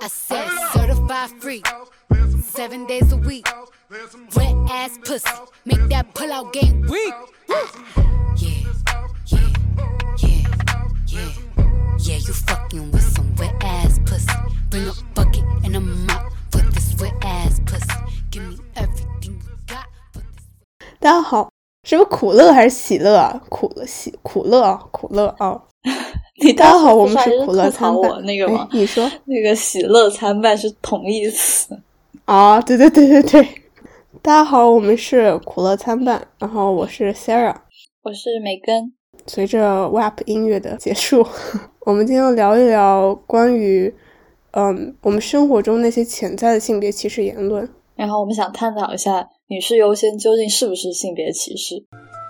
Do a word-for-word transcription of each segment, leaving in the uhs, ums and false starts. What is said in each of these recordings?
I said certified freak, seven days a week, wet ass pussy, make that pull out game weak. Yeah, yeah, yeah, yeah, yeah, you fucking with some wet ass pussy. Bring a bucket and a mop for this wet ass pussy. Give me everything you got for this. 大家好，是不是苦乐还是喜乐啊？苦乐喜苦乐啊，苦乐啊。 你大家好，我们是苦乐参半。 我那个吗？ 你说那个喜乐参半是同义词啊？对对对对对。大家好，我们是苦乐参半，然后我是 Sarah， 我是梅根。 随着 W A P 音乐的结束，我们今天要聊一聊关于嗯我们生活中那些潜在的性别歧视言论， 然后我们想探讨一下女士优先究竟是不是性别歧视。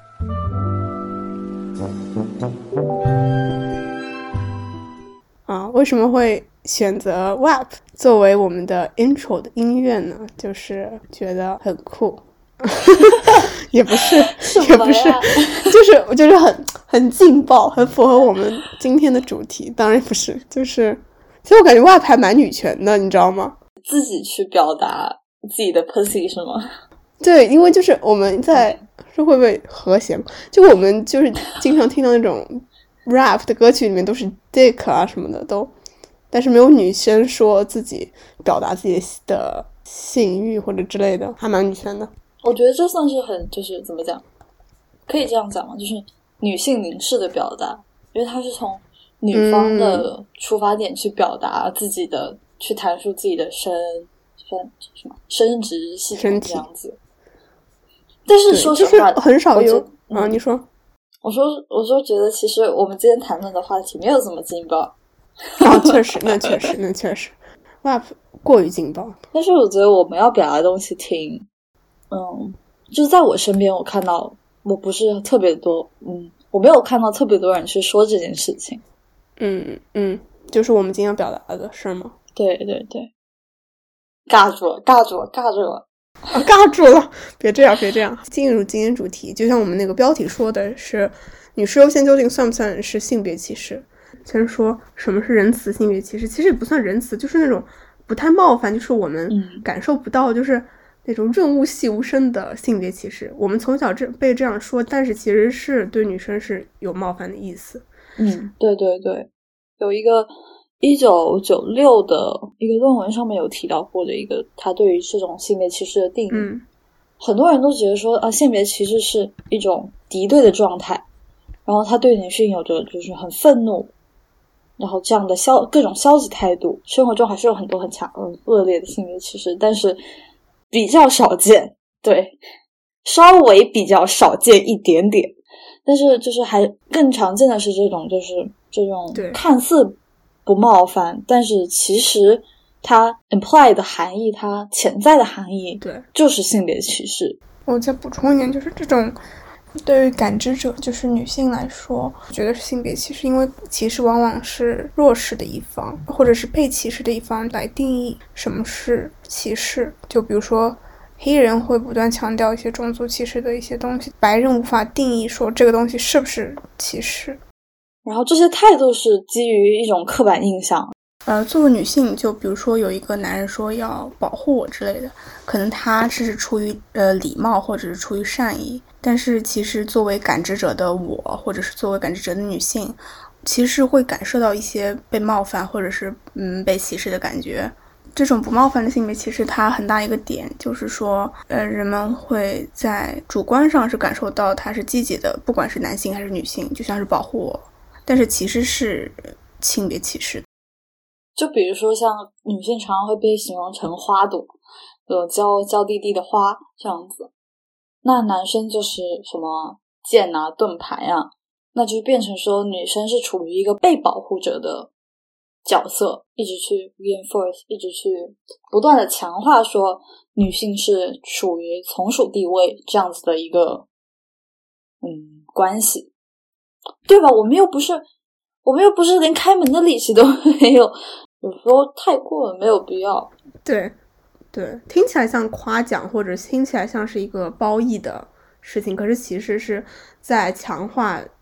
啊，为什么会选择 W A P 作为我们的 intro 的音乐呢？就是觉得很酷。也不是也不是就是就是很很劲爆，很符合我们今天的主题。当然不是，就是其实我感觉 W A P 还蛮女权的，你知道吗？ 自己去表达自己的 pussy 是吗？ 对，因为就是我们在是会不会和谐，就我们就是经常听到那种 rap 的歌曲里面都是 dick 啊什么的都，但是没有女生说自己表达自己的性欲或者之类的，还蛮女权的。 我觉得这算是很就是怎么讲，可以这样讲吗？就是女性凝视的表达，因为它是从女方的出发点去表达自己的、嗯、去阐述自己的生生什么生殖系统这样子。但是说实话， 就是、很少有啊、 嗯。 你说， 我说，我说觉得其实我们今天谈论的话题没有这么劲爆。 啊，确实，那确实，那确实 ，W A P 过于劲爆。 但是我觉得我们要表达的东西挺。嗯，就是在我身边我看到我不是特别多嗯，我没有看到特别多人去说这件事情。 嗯嗯，就是我们今天表达的是吗？ 对对对。尬住了尬住了尬住了、 啊、尬住了，别这样别这样。进入今天主题，就像我们那个标题说的是女士优先究竟算不算是性别歧视。先说什么是仁慈性别歧视，其实也不算仁慈，就是那种不太冒犯，就是我们感受不到、嗯、就是那种润物细无声的性别歧视。我们从小这被这样说，但是其实是对女生是有冒犯的意思。 嗯，对对对，有一个一九九六的一个论文上面有提到过的一个他对于这种性别歧视的定义、嗯、很多人都觉得说啊，性别歧视是一种敌对的状态，然后他对女性有着就是很愤怒，然后这样的消各种消极态度。生活中还是有很多很强嗯恶劣的性别歧视，但是比较少见，对，稍微比较少见一点点。但是就是还更常见的是这种就是这种看似不冒犯，但是其实它 imply 的含义，它潜在的含义， 对， 就是性别歧视。 我再补充一点，就是这种对于感知者就是女性来说，我觉得是性别歧视，因为歧视往往是弱势的一方或者是被歧视的一方来定义什么是歧视。就比如说黑人会不断强调一些种族歧视的一些东西，白人无法定义说这个东西是不是歧视， 然后这些态度是基于一种刻板印象。 呃，作为女性，就比如说有一个男人说要保护我之类的，可能他是出于呃礼貌或者是出于善意，但是其实作为感知者的我，或者是作为感知者的女性，其实会感受到一些被冒犯或者是嗯被歧视的感觉。这种不冒犯的性别歧视，它很大一个点就是说，呃，人们会在主观上是感受到它是积极的，不管是男性还是女性，就像是保护我，但是其实是性别歧视。 就比如说像女性常常会被形容成花朵，有娇娇滴滴的花这样子，那男生就是什么剑啊盾牌啊，那就变成说女生是处于一个被保护者的角色，一直去 reinforce， 一直去不断的强化说女性是处于从属地位这样子的一个嗯关系，对吧？我们又不是我们又不是连开门的力气都没有，有时候太过了，没有必要。 对对，听起来像夸奖或者听起来像是一个褒义的事情，可是其实是在强化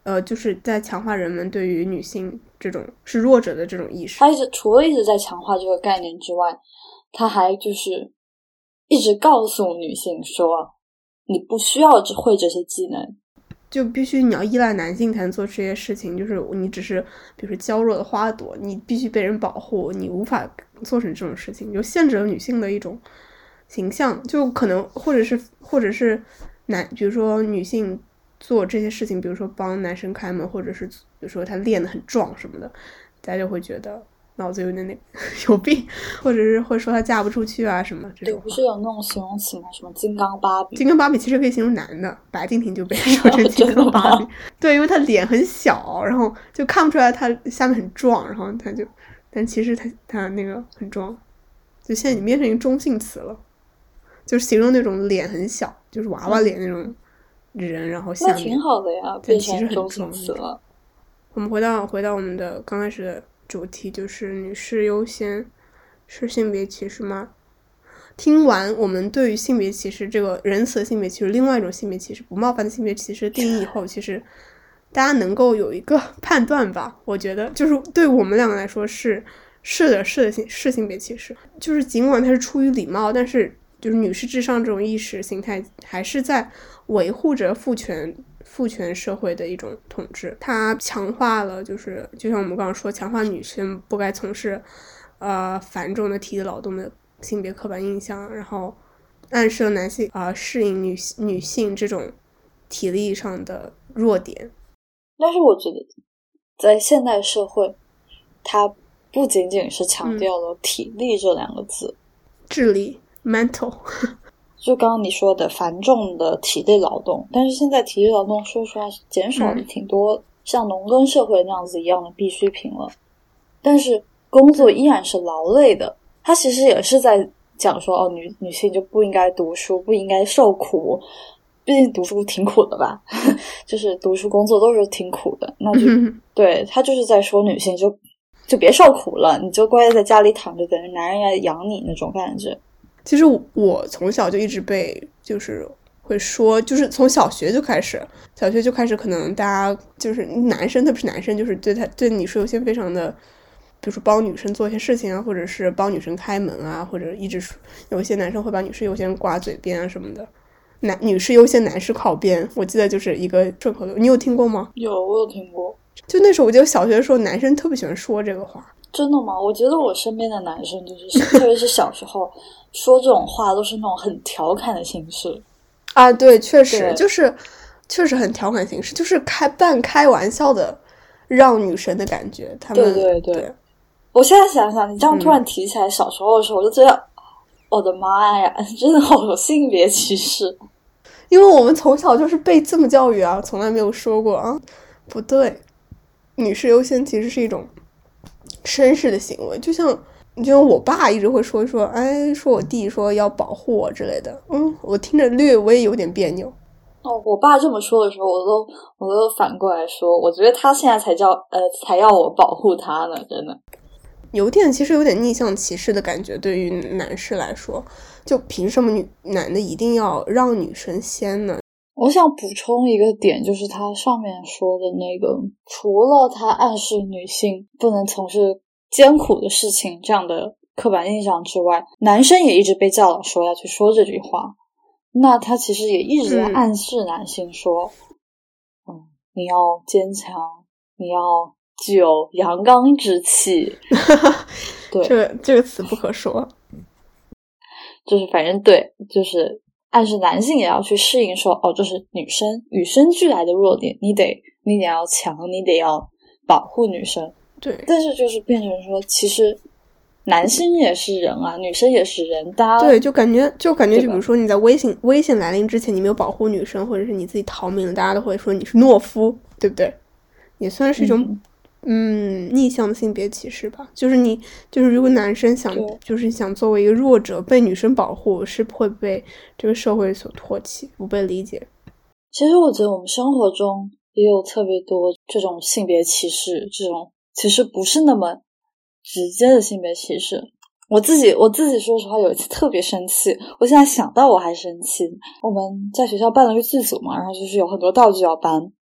呃，就是在强化人们对于女性这种是弱者的这种意识。 他一直除了一直在强化这个概念之外，他还就是一直告诉女性说，你不需要只会这些技能， 就必须你要依赖男性才能做这些事情，就是你只是比如说娇弱的花朵，你必须被人保护，你无法做成这种事情，就限制了女性的一种形象，就可能或者是或者是男，比如说女性做这些事情，比如说帮男生开门，或者是比如说她练得很壮什么的，大家就会觉得脑子有点那有病，或者是会说她嫁不出去啊什么这种。 对，不是有那种形容词吗？什么金刚芭比？ 金刚芭比其实可以形容男的，白敬亭就被说成金刚芭比。对，因为他脸很小，然后就看不出来他下面很壮，然后他就，但其实他他那个很壮，就现在已经变成一个中性词了，就是形容那种脸很小，就是娃娃脸那种人，然后下面那挺好的呀，变成中性词了。 我们回到回到我们的刚开始的主题，就是女士优先是性别歧视吗？听完我们对于性别歧视这个仁慈的性别歧视，另外一种性别歧视不冒犯的性别歧视定义以后，其实大家能够有一个判断吧。我觉得就是对我们两个来说是是的是的是性别歧视，就是尽管它是出于礼貌，但是就是女士至上这种意识形态还是在维护着父权父权社会的一种统治。它强化了就是就像我们刚刚说，强化女生不该从事呃繁重的体力劳动的性别刻板印象，然后暗示了男性啊、呃、适应女女性这种体力上的弱点。 但是我觉得在现代社会，它不仅仅是强调了体力这两个字， 嗯、智力 mental 就刚刚你说的繁重的体力劳动，但是现在体力劳动说实话是减少了挺多、嗯、像农耕社会那样子一样的必需品了，但是工作依然是劳累的。他其实也是在讲说，哦，女女性就不应该读书，不应该受苦，毕竟读书挺苦的吧，就是读书工作都是挺苦的，那就、嗯、对，他就是在说女性就就别受苦了，你就乖在家里躺着，等着男人来养你那种感觉。 其实我从小就一直被就是会说，就是从小学就开始，小学就开始可能大家就是男生，特别是男生，就是对他对女士优先非常的。比如说帮女生做一些事情啊，或者是帮女生开门啊，或者一直有一些男生会把女士优先挂嘴边啊什么的，男女士优先男士靠边，我记得就是一个顺口溜，你有听过吗？ 有，我有听过。 就那时候我记得小学的时候男生特别喜欢说这个话。 真的吗？我觉得我身边的男生就是特别是小时候说这种话都是那种很调侃的形式啊，对，确实就是确实很调侃形式，就是开半开玩笑的让女生的感觉。他们对对 对, 对我现在想想，你这样突然提起来小时候的时候，我就觉得，我的妈呀，真的好有性别歧视。 因为我们从小就是被这么教育啊，从来没有说过啊，不对，女士优先其实是一种绅士的行为，就像就像我爸一直会说说，哎，说我弟说要保护我之类的，嗯，我听着略微有点别扭。 哦，我爸这么说的时候，我都我都反过来说，我觉得他现在才叫呃才要我保护他呢，真的。 有点其实有点逆向歧视的感觉，对于男士来说，就凭什么女男的一定要让女生先呢？ 我想补充一个点，就是他上面说的那个，除了他暗示女性不能从事艰苦的事情这样的刻板印象之外，男生也一直被教导说要去说这句话，那他其实也一直在暗示男性说，嗯，嗯你要坚强，你要具有阳刚之气。对， 这个这个词不可说， 就是反正对，就是暗示男性也要去适应说，哦，这是女生与生俱来的弱点，你得你得要强，你得要保护女生。 对， 但是就是变成说，其实男生也是人啊，女生也是人，大家对，就感觉就感觉就比如说你在危险危险来临之前，你没有保护女生，或者是你自己逃命了，大家都会说你是懦夫，对不对？也算是一种。嗯嗯，逆向的性别歧视吧，就是你，就是如果男生想，就是想作为一个弱者被女生保护，是会被这个社会所唾弃，不被理解。 其实我觉得我们生活中也有特别多这种性别歧视，这种其实不是那么直接的性别歧视。我自己，我自己说实话，有一次特别生气，我现在想到我还生气。我们在学校办了个剧组嘛，然后就是有很多道具要搬。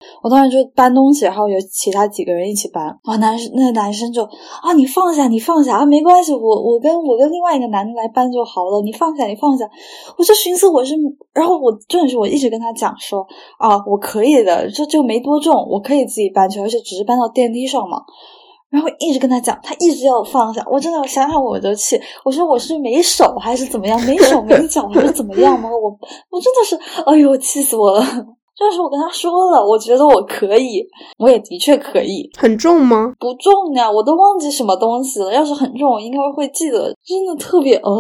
我当时就搬东西，然后有其他几个人一起搬，啊，男生那个男生就啊，你放下，你放下啊，没关系，我我跟我跟另外一个男的来搬就好了，你放下，你放下。我就寻思我是，然后我真的是我一直跟他讲说啊，我可以的，这就没多重，我可以自己搬去，而且只是搬到电梯上嘛。然后一直跟他讲，他一直要我放下，我真的想想我就气，我说我是没手还是怎么样，没手没脚还是怎么样吗？我我真的是，哎呦，气死我了！但是我跟他说了，我觉得我可以，我也的确可以。 很重吗？ 不重呀，我都忘记什么东西了。要是很重，我应该会记得。真的特别呃。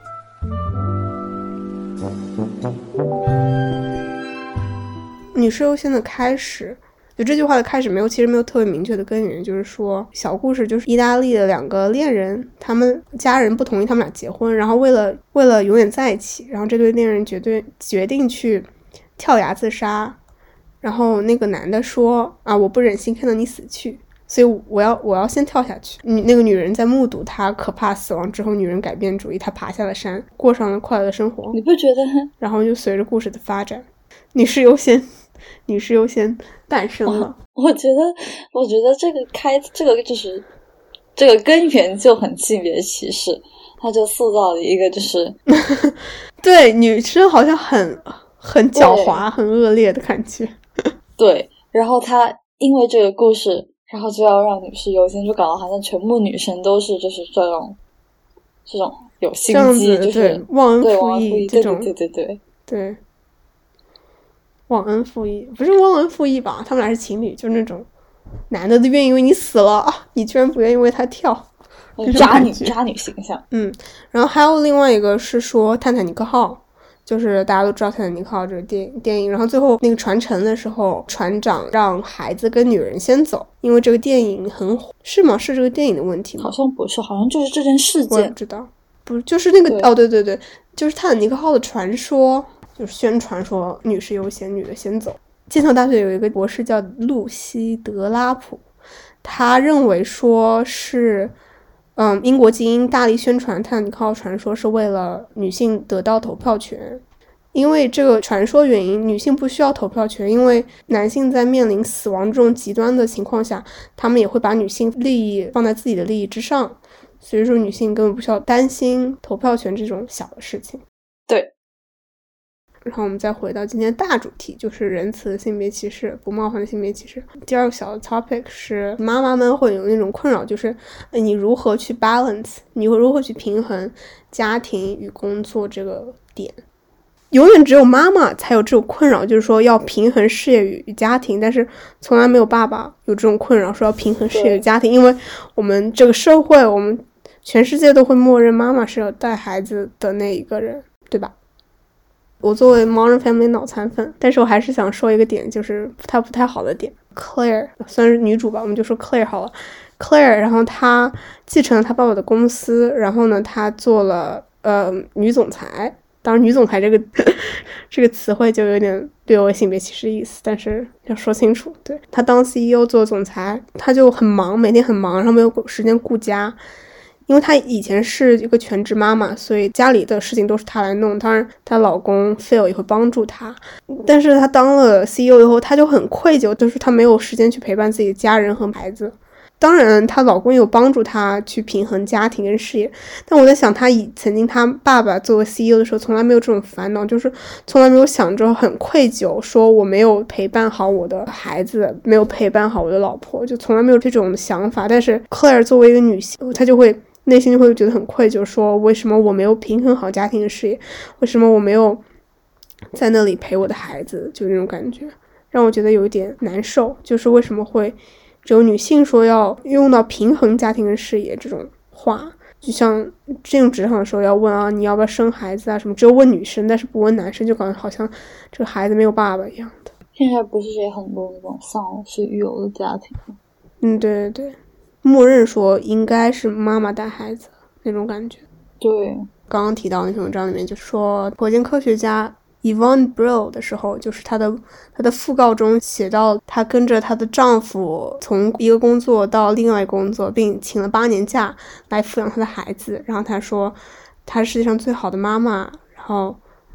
女士优先的开始。就这句话的开始没有，其实没有特别明确的根源，就是说小故事就是意大利的两个恋人，他们家人不同意他们俩结婚，然后为了为了永远在一起，然后这对恋人绝对决定去跳崖自杀，然后那个男的说啊，我不忍心看到你死去，所以我要我要先跳下去。那个女人在目睹他可怕死亡之后，女人改变主意，她爬下了山，过上了快乐的生活。 你不觉得？ 然后就随着故事的发展，女士优先女士优先诞生了。 我觉得我觉得这个开这个就是这个根源就很性别歧视，他就塑造了一个就是对女生好像很很狡猾很恶劣的感觉。 对，然后他因为这个故事，然后就要让女士优先，就搞得好像全部女生都是就是这种这种有心机，就是对忘恩负义这种， 对对对对对对忘恩负义，不是忘恩负义吧？他们俩是情侣，就是那种男的都愿意为你死了，你居然不愿意为他跳， 渣女渣女形象。 嗯，然后还有另外一个是说泰坦尼克号，就是大家都知道泰坦尼克号这个电影电影，然后最后那个船沉的时候，船长让孩子跟女人先走，因为这个电影很火，是吗？是这个电影的问题吗？ 好像不是，好像就是这件事件。 我也不知道，不就是那个哦，对对对，就是泰坦尼克号的传说。就是宣传说女士优先，女的先走。剑桥大学有一个博士叫露西德拉普，他认为说是嗯，英国精英大力宣传泰坦尼克号传说是为了女性得到投票权，因为这个传说原因，女性不需要投票权，因为男性在面临死亡这种极端的情况下，他们也会把女性利益放在自己的利益之上，所以说女性根本不需要担心投票权这种小的事情。 对。 然后我们再回到今天的大主题，就是仁慈的性别歧视，不冒犯的性别歧视。第二个小的 topic 是妈妈们会有那种困扰，就是你如何去 balance， 你如何去平衡家庭与工作这个点。永远只有妈妈才有这种困扰，就是说要平衡事业与家庭，但是从来没有爸爸有这种困扰，说要平衡事业与家庭，因为我们这个社会，我们全世界都会默认妈妈是要带孩子的那一个人，对吧？我作为 Modern Family 脑残粉，但是我还是想说一个点，就是她不太好的点。Claire 算是女主吧，我们就说 Claire 好了。Claire 然后她继承了她爸爸的公司，然后呢她做了呃女总裁。当然女总裁这个这个词汇就有点略有性别歧视意思，但是要说清楚。对，她当 C E O 做总裁，她就很忙，每天很忙，然后没有时间顾家。因为她以前是一个全职妈妈，所以家里的事情都是她来弄，当然她老公 Phil 也会帮助她，但是她当了 C E O 以后，她就很愧疚，就是她没有时间去陪伴自己的家人和孩子。当然她老公有帮助她去平衡家庭跟事业，但我在想她以曾经她爸爸作为 C E O 的时候从来没有这种烦恼，就是从来没有想着很愧疚说我没有陪伴好我的孩子，没有陪伴好我的老婆，就从来没有这种想法。但是 Claire 作为一个女性，她就会内心就会觉得很愧疚，说为什么我没有平衡好家庭的事业，为什么我没有在那里陪我的孩子，就那种感觉让我觉得有一点难受，就是为什么会只有女性说要用到平衡家庭跟事业这种话，就像进入职场的时候要问啊你要不要生孩子啊什么，只有问女生但是不问男生，就感觉好像这个孩子没有爸爸一样的。 现在不是也很多那种丧失育有的家庭吗？ 嗯，对对对，默认说应该是妈妈带孩子那种感觉。 对， 刚刚提到那篇文章里面就说火箭科学家 Yvonne Brill 的时候，就是她的她的讣告中写到她跟着她的丈夫从一个工作到另外一个工作，并请了八年假来抚养她的孩子，然后她说她是世界上最好的妈妈，然后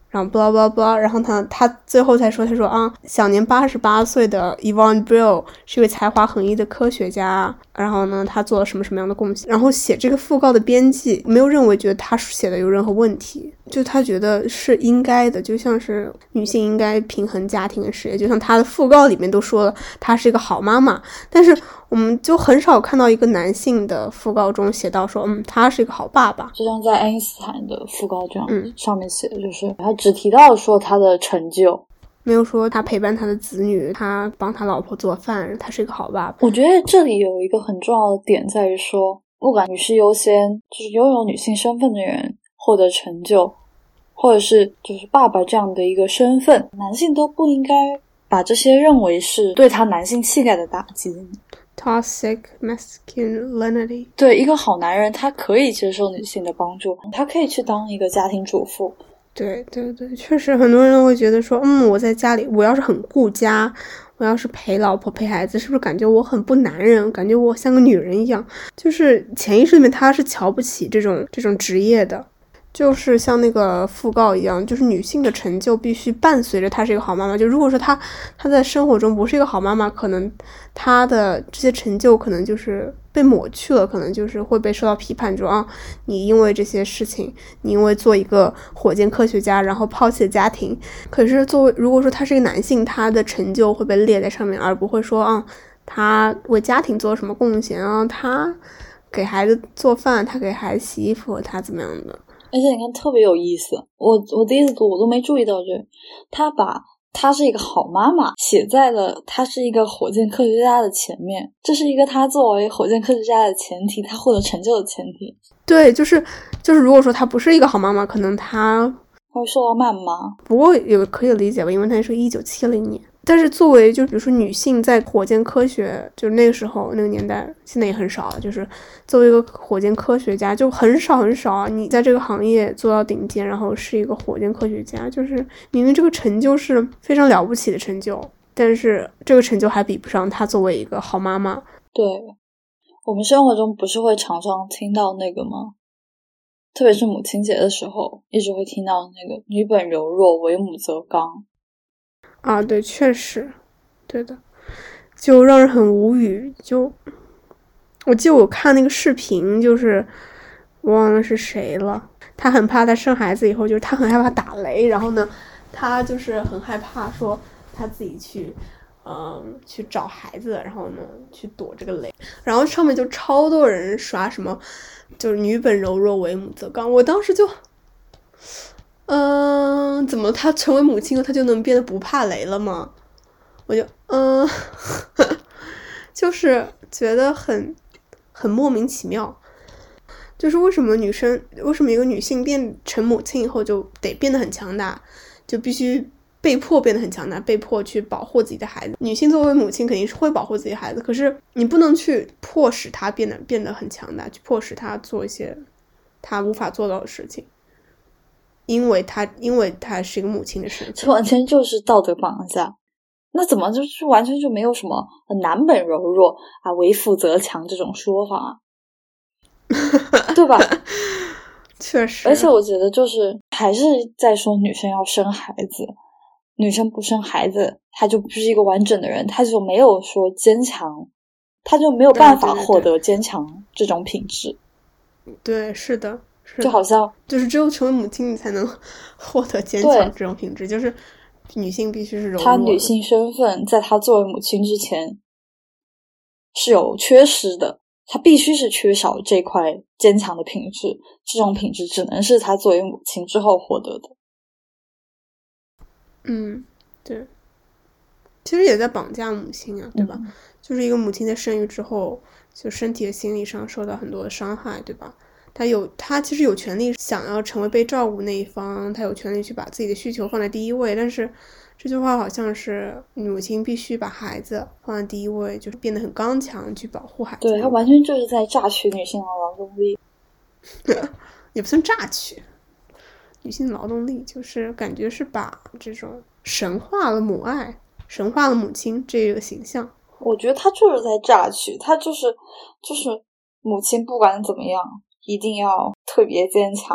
然后 blah blah blah， 然后他他最后才说，他说啊，享年八十八岁的 Yvonne Brill 是一位才华横溢的科学家，然后呢，他做了什么什么样的贡献。然后写这个讣告的编辑没有认为觉得他写的有任何问题，就他觉得是应该的，就像是女性应该平衡家庭的事业，就像他的讣告里面都说了，他是一个好妈妈，但是我们就很少看到一个男性的讣告中写到说，嗯，他是一个好爸爸。 就像在爱因斯坦的讣告这样，嗯，上面写的就是他只提到说他的成就， 没有说他陪伴他的子女，他帮他老婆做饭，他是一个好爸爸。 我觉得这里有一个很重要的点在于说，不管女士优先，就是拥有女性身份的人获得成就，或者是就是爸爸这样的一个身份，男性都不应该把这些认为是对他男性气概的打击。 Toxic masculinity。 对，一个好男人他可以接受女性的帮助，他可以去当一个家庭主妇。 对对对，确实很多人都会觉得说，嗯，我在家里我要是很顾家，我要是陪老婆陪孩子，是不是感觉我很不男人，感觉我像个女人一样，就是潜意识里面他是瞧不起这种这种职业的。就是像那个讣告一样，就是女性的成就必须伴随着她是一个好妈妈。就如果说她她在生活中不是一个好妈妈，可能她的这些成就可能就是被抹去了，可能就是会被受到批判，说啊，你因为这些事情，你因为做一个火箭科学家，然后抛弃了家庭。可是作为如果说他是一个男性，他的成就会被列在上面，而不会说啊，他为家庭做什么贡献啊，他给孩子做饭，他给孩子洗衣服，他怎么样的。 而且你看特别有意思，我我第一次读我都没注意到这，他把他是一个好妈妈写在了他是一个火箭科学家的前面，这是一个他作为火箭科学家的前提，他获得成就的前提。 对，就是就是如果说他不是一个好妈妈，可能他会受到谩骂。 不过也可以理解吧，因为他是一九七零年。但是作为就比如说女性在火箭科学，就是那个时候那个年代，现在也很少了，就是作为一个火箭科学家就很少很少啊，你在这个行业做到顶尖，然后是一个火箭科学家，就是明明这个成就是非常了不起的成就，但是这个成就还比不上她作为一个好妈妈。 对，我们生活中不是会常常听到那个吗？特别是母亲节的时候，一直会听到那个女本柔弱，为母则刚。 啊，对，确实，对的，就让人很无语。就我记得我看那个视频，就是我忘了是谁了，他很怕他生孩子以后，就是他很害怕打雷，然后呢，他就是很害怕说他自己去嗯去找孩子，然后呢去躲这个雷，然后上面就超多人刷什么就是女本柔弱，为母则刚。我当时就嗯，怎么她成为母亲了，她就能变得不怕雷了吗？我就嗯，就是觉得很很莫名其妙。就是为什么女生，为什么一个女性变成母亲以后就得变得很强大，就必须被迫变得很强大，被迫去保护自己的孩子。女性作为母亲肯定是会保护自己的孩子，可是你不能去迫使她变得变得很强大，去迫使她做一些她无法做到的事情。因为他因为他是一个母亲的事情， 这完全就是道德绑架。那怎么就是完全就没有什么男本柔弱啊，为父则强这种说法，对吧？ 确实。 而且我觉得就是还是在说女生要生孩子，女生不生孩子，她就不是一个完整的人，她就没有说坚强，她就没有办法获得坚强这种品质。 对, 对, 对, 对，是的。 就好像就是只有成为母亲你才能获得坚强这种品质，就是女性必须是柔弱的。 她女性身份在她作为母亲之前是有缺失的，她必须是缺少这块坚强的品质，这种品质只能是她作为母亲之后获得的。 嗯，对，其实也在绑架母亲啊，对吧？嗯、就是一个母亲在生育之后，就身体和心理上受到很多的伤害，对吧？他有，他其实有权利想要成为被照顾那一方，他有权利去把自己的需求放在第一位。但是这句话好像是母亲必须把孩子放在第一位，就是变得很刚强去保护孩子。 对，他完全就是在榨取女性的劳动力， 也不算榨取女性劳动力，就是感觉是把这种神化了母爱，神化了母亲这个形象。 我觉得他就是在榨取，他就是就是母亲不管怎么样。一定要特别坚强，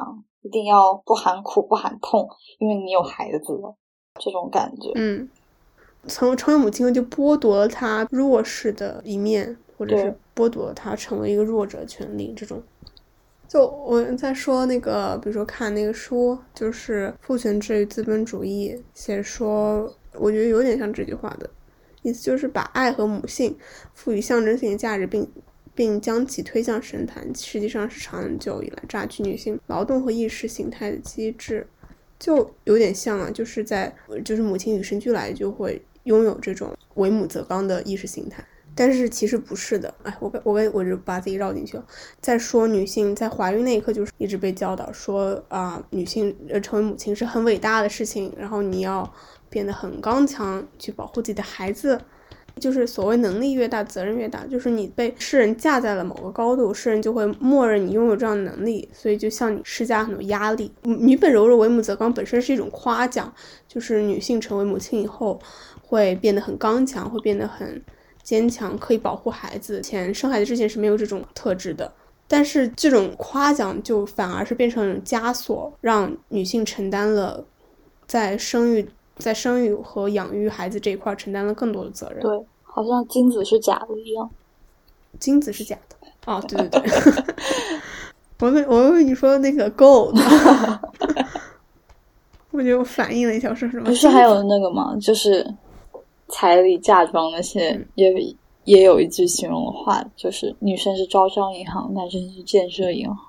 一定要不喊苦不喊痛，因为你有孩子了，这种感觉。 嗯，从成为母亲就剥夺了她弱势的一面，或者是剥夺了她成为一个弱者的权利，这种。就我在说那个，比如说看那个书，就是《父权制与资本主义》，写说，我觉得有点像这句话的意思，就是把爱和母性赋予象征性的价值，并并将其推向神坛，实际上是长久以来榨取女性劳动和意识形态的机制。就有点像啊，就是在就是母亲与生俱来就会拥有这种为母则刚的意识形态。但是其实不是的，哎，我我我我就把自己绕进去了。再说女性在怀孕那一刻，就是一直被教导说啊、呃，女性呃成为母亲是很伟大的事情，然后你要变得很刚强，去保护自己的孩子。就是所谓能力越大，责任越大，就是你被世人架在了某个高度，世人就会默认你拥有这样的能力，所以就向你施加很多压力。女本柔弱为母则刚本身是一种夸奖，就是女性成为母亲以后会变得很刚强，会变得很坚强，可以保护孩子。前生孩子之前是没有这种特质的，但是这种夸奖就反而是变成了枷锁，让女性承担了在生育在生育和养育孩子这一块承担了更多的责任。 对，好像精子是假的一样。 精子是假的哦，对对对我以我以为你说那个 gold 我觉得我反应了一下，说什么？ 不是还有那个吗？就是彩礼嫁妆那些、嗯、也也有一句形容的话，就是女生是招商银行，男生是建设银行。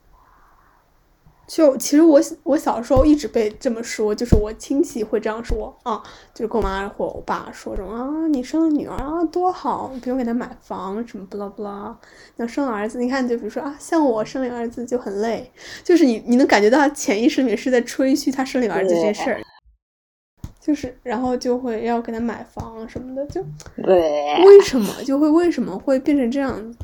就其实我我小时候一直被这么说，就是我亲戚会这样说啊，就是跟我妈或我爸说什么啊，你生了女儿啊多好，不用给她买房什么不啦不啦，要生了儿子，你看就比如说啊，像我生了儿子就很累，就是你你能感觉到他潜意识里面是在吹嘘他生了儿子这件事儿，就是然后就会要给他买房什么的，就为什么就会为什么会变成这样子？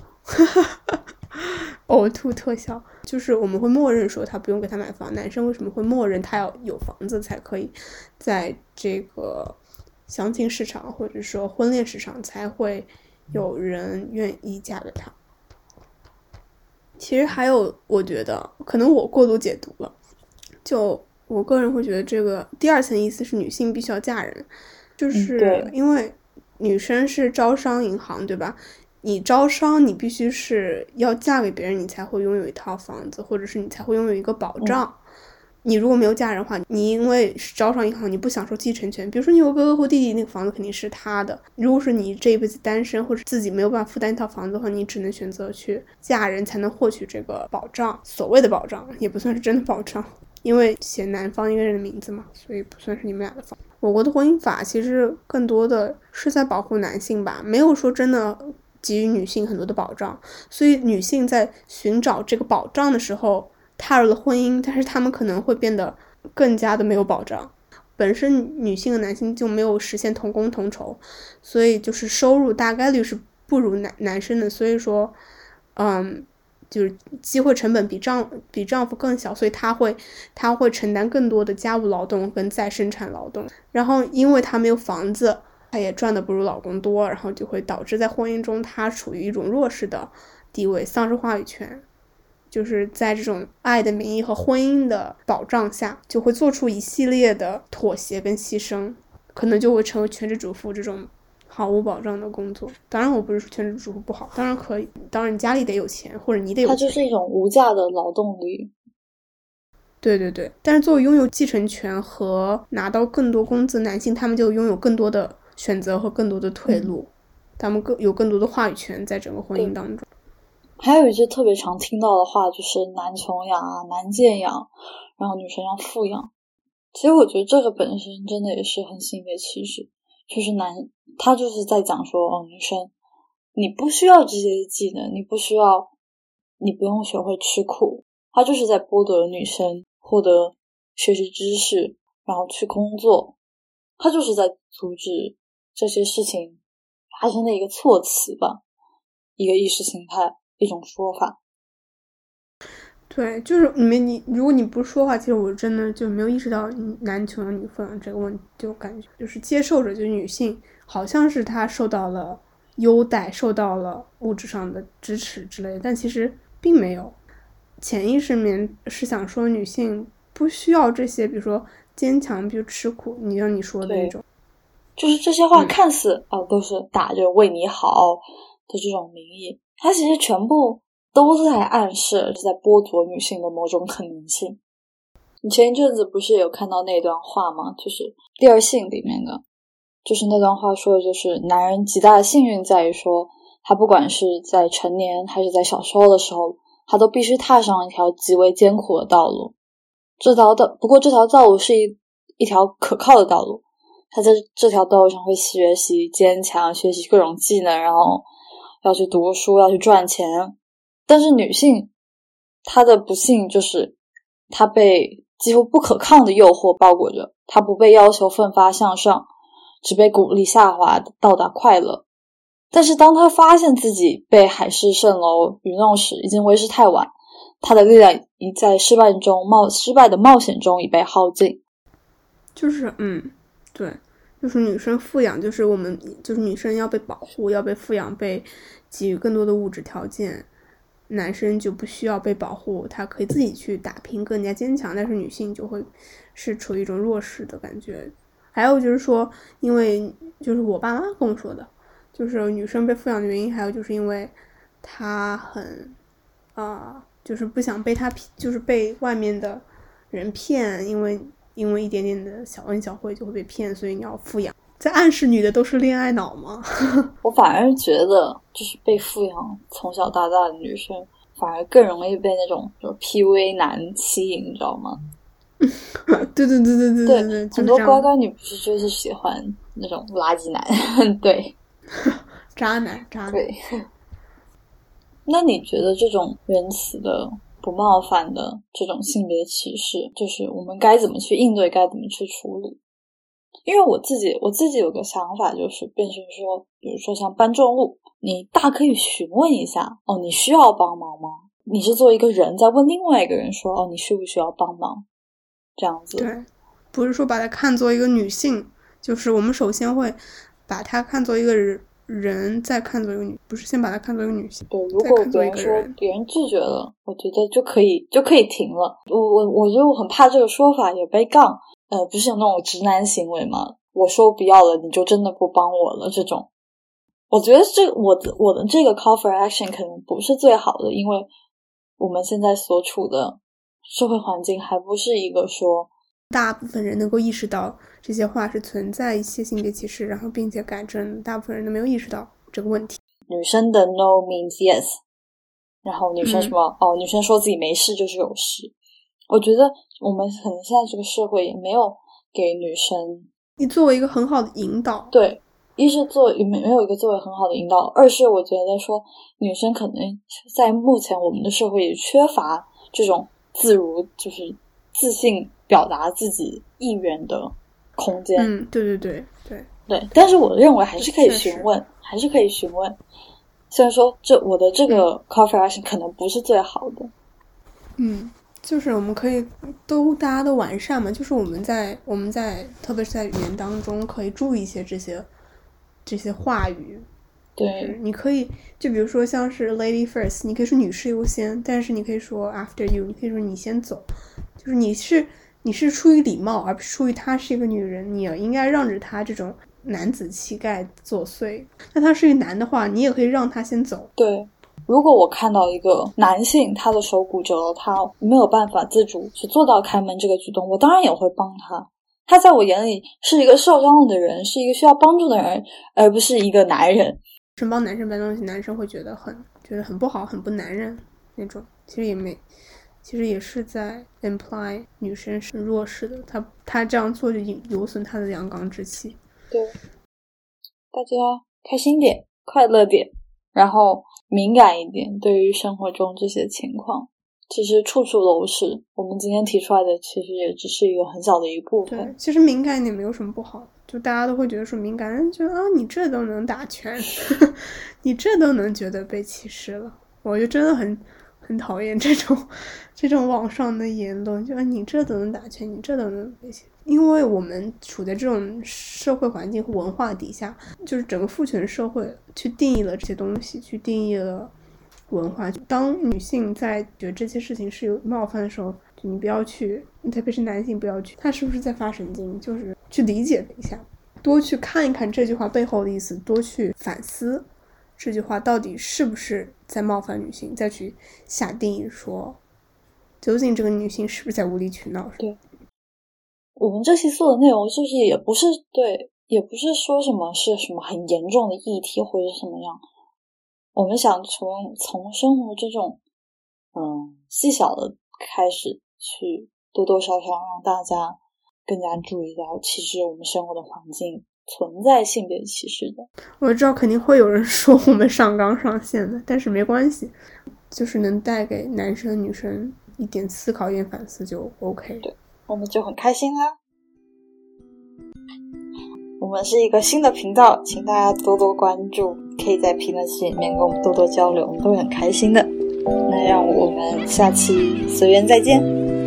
呕吐特效，就是我们会默认说他不用给他买房，男生为什么会默认他要有房子才可以在这个相亲市场或者说婚恋市场才会有人愿意嫁给他？其实还有，我觉得可能我过度解读了，就我个人会觉得这个第二层意思是女性必须要嫁人，就是因为女生是招商银行，对吧？你招商你必须是要嫁给别人，你才会拥有一套房子，或者是你才会拥有一个保障、嗯、你如果没有嫁人的话，你因为是招商银行你不享受继承权，比如说你有哥哥或弟弟，那个房子肯定是他的。如果是你这一辈子单身或者自己没有办法负担一套房子的话，你只能选择去嫁人才能获取这个保障，所谓的保障也不算是真的保障，因为写男方一个人的名字嘛，所以不算是你们俩的房。我国的婚姻法其实更多的是在保护男性吧，没有说真的给予女性很多的保障，所以女性在寻找这个保障的时候踏入了婚姻，但是她们可能会变得更加的没有保障。本身女性和男性就没有实现同工同酬，所以就是收入大概率是不如男男生的，所以说嗯，就是机会成本比丈比丈夫更小，所以她会她会承担更多的家务劳动跟再生产劳动，然后因为她没有房子，她也赚的不如老公多，然后就会导致在婚姻中她处于一种弱势的地位，丧失话语权，就是在这种爱的名义和婚姻的保障下，就会做出一系列的妥协跟牺牲，可能就会成为全职主妇这种毫无保障的工作。当然我不是说全职主妇不好，当然可以，当然你家里得有钱，或者你得有钱， 它就是一种无价的劳动力。 对对对，但是作为拥有继承权和拿到更多工资男性，他们就拥有更多的选择和更多的退路、嗯、他们更有更多的话语权在整个婚姻当中。 还有一句特别常听到的话，就是男穷养啊，男贱养，然后女生要富养。其实我觉得这个本身真的也是很性别歧视，就是男他就是在讲说哦，女生你不需要这些技能，你不需要，你不用学会吃苦，他就是在剥夺女生获得学习知识然后去工作，他就是在阻止这些事情发生的一个措辞吧，一个意识形态，一种说法。 对，就是你们你如果你不说话，其实我真的就没有意识到男穷养女富养这个问题，就感觉就是接受者就是女性，好像是她受到了优待，受到了物质上的支持之类的，但其实并没有。 潜意识里面是想说女性不需要这些，比如说坚强，比如吃苦，你像你说的那种， 就是这些话看似啊、嗯呃、都是打着为你好的这种名义，它其实全部都在暗示，是在剥夺女性的某种可能性。你前一阵子不是有看到那段话吗？就是《第二性》里面的，就是那段话说的就是男人极大的幸运在于说，他不管是在成年还是在小时候的时候，他都必须踏上一条极为艰苦的道路。这条道，不过这条道路是一一条可靠的道路，他在这条道路上会学习坚强，学习各种技能，然后要去读书，要去赚钱。但是女性她的不幸就是她被几乎不可抗的诱惑包裹着，她不被要求奋发向上，只被鼓励下滑到达快乐。但是当她发现自己被海市蜃楼愚弄时，已经为时太晚，她的力量已在失败中冒失败的冒险中已被耗尽。 就是嗯对，就是女生富养，就是我们就是女生要被保护，要被富养，被给予更多的物质条件，男生就不需要被保护，他可以自己去打拼，更加坚强，但是女性就会是处于一种弱势的感觉。还有就是说，因为就是我爸妈跟我说的，就是女生被富养的原因，还有就是因为她很啊、呃，就是不想被她就是被外面的人骗，因为因为一点点的小恩小惠就会被骗，所以你要富养。在暗示女的都是恋爱脑吗？ 我反而觉得就是被富养从小到大的女生反而更容易被那种就 P U A 男吸引，你知道吗？ 对对对对对对对， 很多乖乖女不是就是喜欢那种垃圾男对渣男渣男。 对，那你觉得这种仁慈的不冒犯的这种性别歧视，就是我们该怎么去应对，该怎么去处理？因为我自己我自己有个想法，就是变成说，比如说像搬重物，你大可以询问一下，哦，你需要帮忙吗？你是作为一个人在问另外一个人说，哦，你需不需要帮忙？这样子。 对，不是说把它看作一个女性，就是我们首先会把它看作一个人，再看作一个女，不是先把它看作一个女性。 对，如果别人说别人拒绝了，我觉得就可以就可以停了。我我我觉得我很怕这个说法也被杠，呃，不是有那种直男行为吗？我说不要了，你就真的不帮我了这种。我觉得这我的我的这个 call for action 可能不是最好的，因为我们现在所处的社会环境还不是一个说大部分人能够意识到这些话是存在一些性别歧视，然后并且改正，大部分人都没有意识到这个问题。 女生的 no means yes， 然后女生什么、嗯、哦，女生说自己没事就是有事。我觉得我们可能现在这个社会也没有给女生你作为一个很好的引导。 对，一是做没有一个作为很好的引导，二是我觉得说女生可能在目前我们的社会也缺乏这种自如就是自信表达自己意愿的空间。 嗯，对对对对对，但是我认为还是可以询问，还是可以询问。虽然说这我的这个 call for action 可能不是最好的。 嗯，就是我们可以都大家都完善嘛，就是我们在我们在特别是在语言当中可以注意一些这些这些话语。 对， 就是你可以就比如说像是 lady first， 你可以说女士优先，但是你可以说 after you， 你可以说你先走，就是你是你是出于礼貌，而不是出于她是一个女人，你应该让着她这种男子气概作祟。那他是一个男的话，你也可以让他先走。 对，如果我看到一个男性他的手骨折了，他没有办法自主去做到开门这个举动，我当然也会帮他。他在我眼里是一个受伤了的人，是一个需要帮助的人，而不是一个男人。 是帮男生搬东西，男生会觉得很觉得很不好，很不男人那种。其实也没，其实也是在 imply 女生是弱势的，他他这样做就有损他的阳刚之气。 对，大家开心点，快乐点，然后敏感一点，对于生活中这些情况，其实处处都是。我们今天提出来的其实也只是一个很小的一部分。 对，其实敏感一点没有什么不好，就大家都会觉得说敏感，人觉得啊你这都能打拳你这都能觉得被歧视了。我就真的很很讨厌这种这种网上的言论，就你这都能打拳，你这都能被歧视。因为我们处在这种社会环境和文化底下，就是整个父权社会去定义了这些东西，去定义了文化。当女性在觉得这些事情是有冒犯的时候，就你不要去，特别是男性不要去，他是不是在发神经，就是去理解一下，多去看一看这句话背后的意思，多去反思这句话到底是不是在冒犯女性，再去下定义说究竟这个女性是不是在无理取闹。 对，我们这期做的内容就是也不是对，也不是说什么是什么很严重的议题或者什么样，我们想从从生活这种嗯细小的开始，去多多少少让大家更加注意到，其实我们生活的环境存在性别歧视的。 我知道肯定会有人说我们上纲上线的，但是没关系，就是能带给男生女生一点思考一点反思就 OK。 对，我们就很开心啦。我们是一个新的频道，请大家多多关注，可以在评论区里面跟我们多多交流，我们都会很开心的。那让我们下期随缘再见。